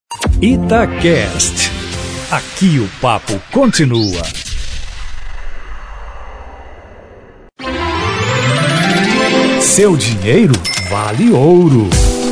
Itacast. Aqui o papo continua. Seu dinheiro vale ouro.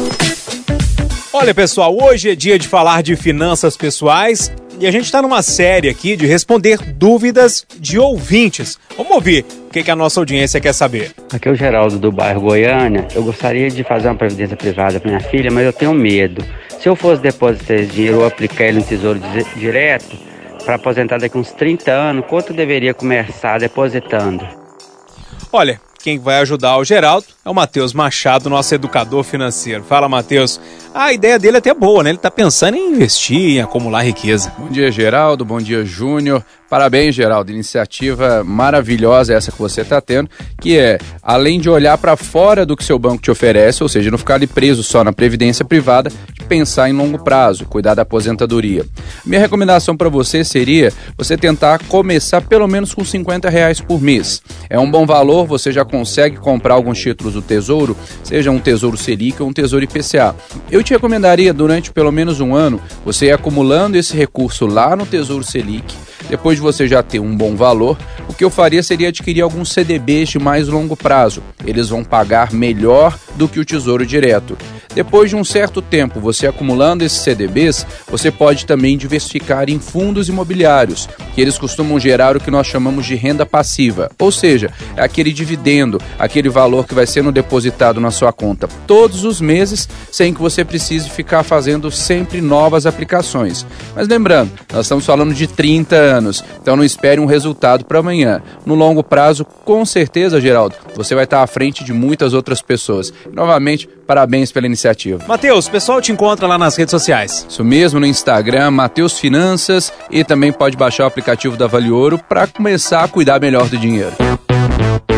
Olha, pessoal, hoje é dia de falar de finanças pessoais e a gente está numa série aqui de responder dúvidas de ouvintes. Vamos ouvir o que a nossa audiência quer saber. Aqui é o Geraldo do bairro Goiânia. Eu gostaria de fazer uma previdência privada para minha filha, mas eu tenho medo. Se eu fosse depositar esse dinheiro ou aplicar ele no Tesouro Direto, para aposentar daqui uns 30 anos, quanto eu deveria começar depositando? Olha, quem vai ajudar o Geraldo é o Matheus Machado, nosso educador financeiro. Fala, Matheus. A ideia dele é até boa, né? Ele está pensando em investir, em acumular riqueza. Bom dia, Geraldo. Bom dia, Júnior. Parabéns, Geraldo. Iniciativa maravilhosa essa que você está tendo, que é, além de olhar para fora do que seu banco te oferece, ou seja, não ficar ali preso só na previdência privada, de pensar em longo prazo, cuidar da aposentadoria. Minha recomendação para você seria você tentar começar pelo menos com R$50 por mês. É um bom valor, você já consegue comprar alguns títulos do Tesouro, seja um Tesouro Selic ou um Tesouro IPCA. Eu te recomendaria, durante pelo menos um ano, você ir acumulando esse recurso lá no Tesouro Selic. Depois de você já ter um bom valor, o que eu faria seria adquirir alguns CDBs de mais longo prazo. Eles vão pagar melhor do que o Tesouro Direto. Depois de um certo tempo, você acumulando esses CDBs, você pode também diversificar em fundos imobiliários, que eles costumam gerar o que nós chamamos de renda passiva. Ou seja, é aquele dividendo, aquele valor que vai sendo depositado na sua conta todos os meses, sem que você precise ficar fazendo sempre novas aplicações. Mas lembrando, nós estamos falando de 30 anos, então não espere um resultado para amanhã. No longo prazo, com certeza, Geraldo, você vai estar à frente de muitas outras pessoas. Novamente, parabéns pela iniciativa. Matheus, o pessoal te encontra lá nas redes sociais. Isso mesmo, no Instagram, Matheus Finanças, e também pode baixar o aplicativo da Vale Ouro para começar a cuidar melhor do dinheiro.